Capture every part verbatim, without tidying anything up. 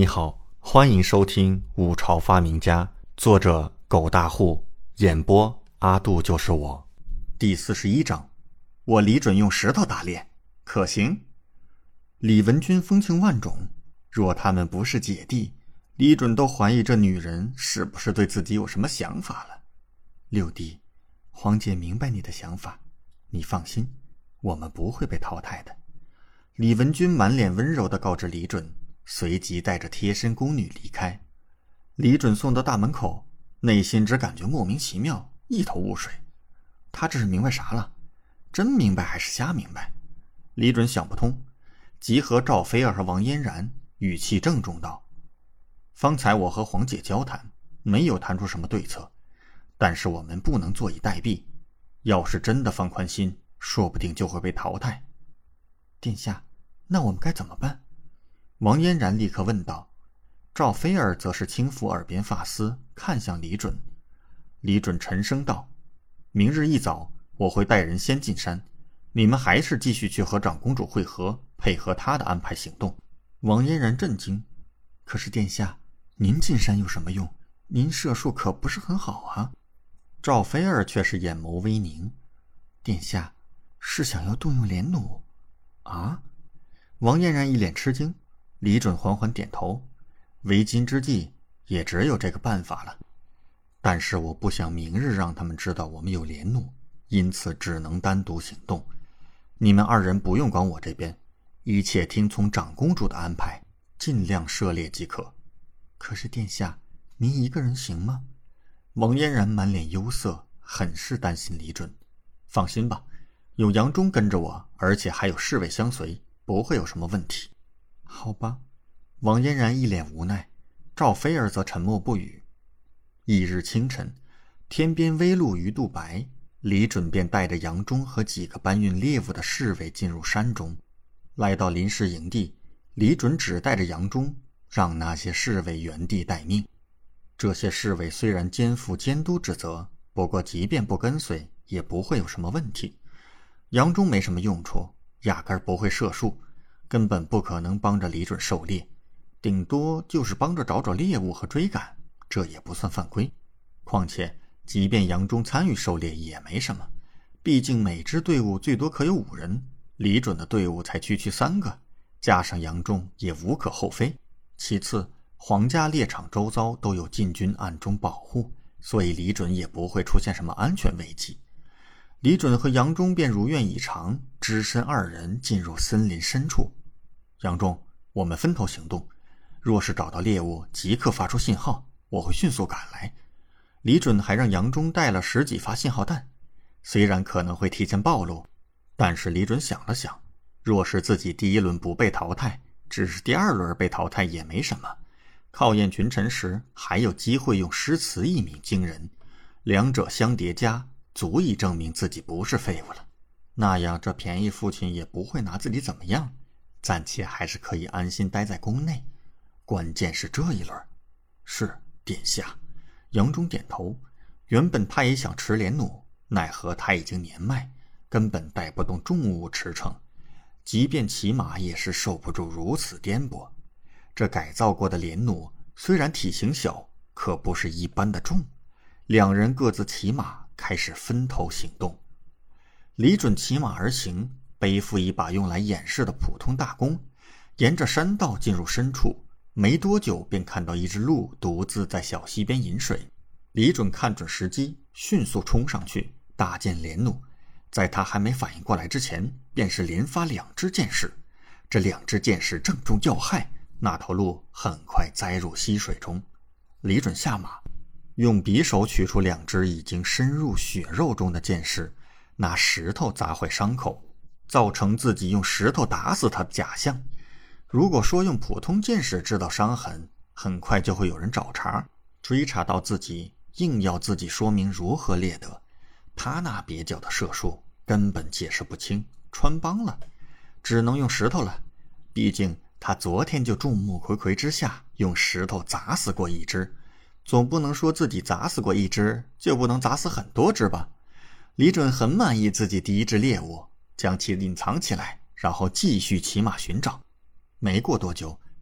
你好，欢迎收听《五朝发明家》，作者狗大户，演播阿杜就是我。第四十一章，我李准用石头打猎，可行？李文君风情万种，若他们不是姐弟，李准都怀疑这女人是不是对自己有什么想法了。六弟，黄姐明白你的想法，你放心，我们不会被淘汰的。李文君满脸温柔地告知李准，随即带着贴身宫女离开。李准送到大门口，内心只感觉莫名其妙，一头雾水。他这是明白啥了？真明白还是瞎明白？李准想不通，集合赵菲儿和王嫣然，语气郑重道：方才我和黄姐交谈，没有谈出什么对策，但是我们不能坐以待毙，要是真的放宽心，说不定就会被淘汰。殿下，那我们该怎么办？王嫣然立刻问道。赵菲儿则是轻抚耳边发丝，看向李准。李准沉声道：明日一早，我会带人先进山，你们还是继续去和长公主会合，配合她的安排行动。王嫣然震惊：可是殿下，您进山有什么用？您射术可不是很好啊。赵菲儿却是眼眸微凝：殿下是想要动用连弩啊？王嫣然一脸吃惊。李准缓缓点头，为今之计也只有这个办法了。但是我不想明日让他们知道我们有连弩，因此只能单独行动。你们二人不用管我这边，一切听从长公主的安排，尽量射猎即可。可是殿下，您一个人行吗？王嫣然满脸忧色，很是担心李准。放心吧，有杨忠跟着我，而且还有侍卫相随，不会有什么问题。好吧，王嫣然一脸无奈，赵菲儿则沉默不语。翌日清晨，天边微露鱼肚白，李准便带着杨忠和几个搬运猎物的侍卫进入山中。来到临时营地，李准只带着杨忠，让那些侍卫原地待命。这些侍卫虽然肩负监督之责，不过即便不跟随，也不会有什么问题。杨忠没什么用处，压根儿不会射术，根本不可能帮着李准狩猎，顶多就是帮着找找猎物和追赶，这也不算犯规。况且即便杨忠参与狩猎也没什么，毕竟每支队伍最多可有五人，李准的队伍才区区三个，加上杨忠也无可厚非。其次，皇家猎场周遭都有禁军暗中保护，所以李准也不会出现什么安全危机。李准和杨忠便如愿以偿，只身二人进入森林深处。杨忠，我们分头行动，若是找到猎物，即刻发出信号，我会迅速赶来。李准还让杨忠带了十几发信号弹，虽然可能会提前暴露，但是李准想了想，若是自己第一轮不被淘汰，只是第二轮被淘汰也没什么，考验群臣时还有机会用诗词一鸣惊人，两者相叠加，足以证明自己不是废物了。那样这便宜父亲也不会拿自己怎么样，暂且还是可以安心待在宫内。关键是这一轮。是，殿下。杨忠点头。原本他也想持连弩，奈何他已经年迈，根本带不动重物驰骋，即便骑马也是受不住如此颠簸。这改造过的连弩虽然体型小，可不是一般的重。两人各自骑马，开始分头行动。李准骑马而行，背负一把用来掩饰的普通大弓，沿着山道进入深处，没多久便看到一只鹿独自在小溪边饮水。李准看准时机，迅速冲上去，搭箭连弩。在他还没反应过来之前，便是连发两支箭矢。这两支箭矢正中要害，那头鹿很快栽入溪水中。李准下马，用匕首取出两只已经深入血肉中的箭矢，拿石头砸坏伤口，造成自己用石头打死他的假象。如果说用普通箭矢制造伤痕，很快就会有人找茬，追查到自己，硬要自己说明如何猎得。他那蹩脚的射术根本解释不清，穿帮了，只能用石头了。毕竟他昨天就众目睽睽之下用石头砸死过一只，总不能说自己砸死过一只就不能砸死很多只吧。李准很满意自己第一只猎物，将其隐藏起来，然后继续骑马寻找。没过多久，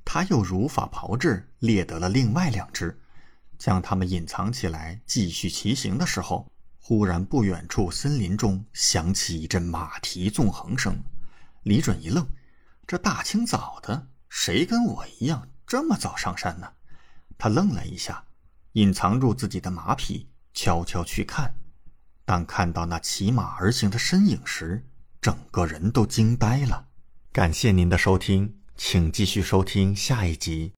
他又如法炮制，猎得了另外两只，将它们隐藏起来，继续骑行的时候，忽然不远处森林中响起一阵马蹄纵横声。李准一愣，这大清早的，谁跟我一样这么早上山呢？他愣了一下，隐藏住自己的马匹，悄悄去看。当看到那骑马而行的身影时，整个人都惊呆了。感谢您的收听，请继续收听下一集。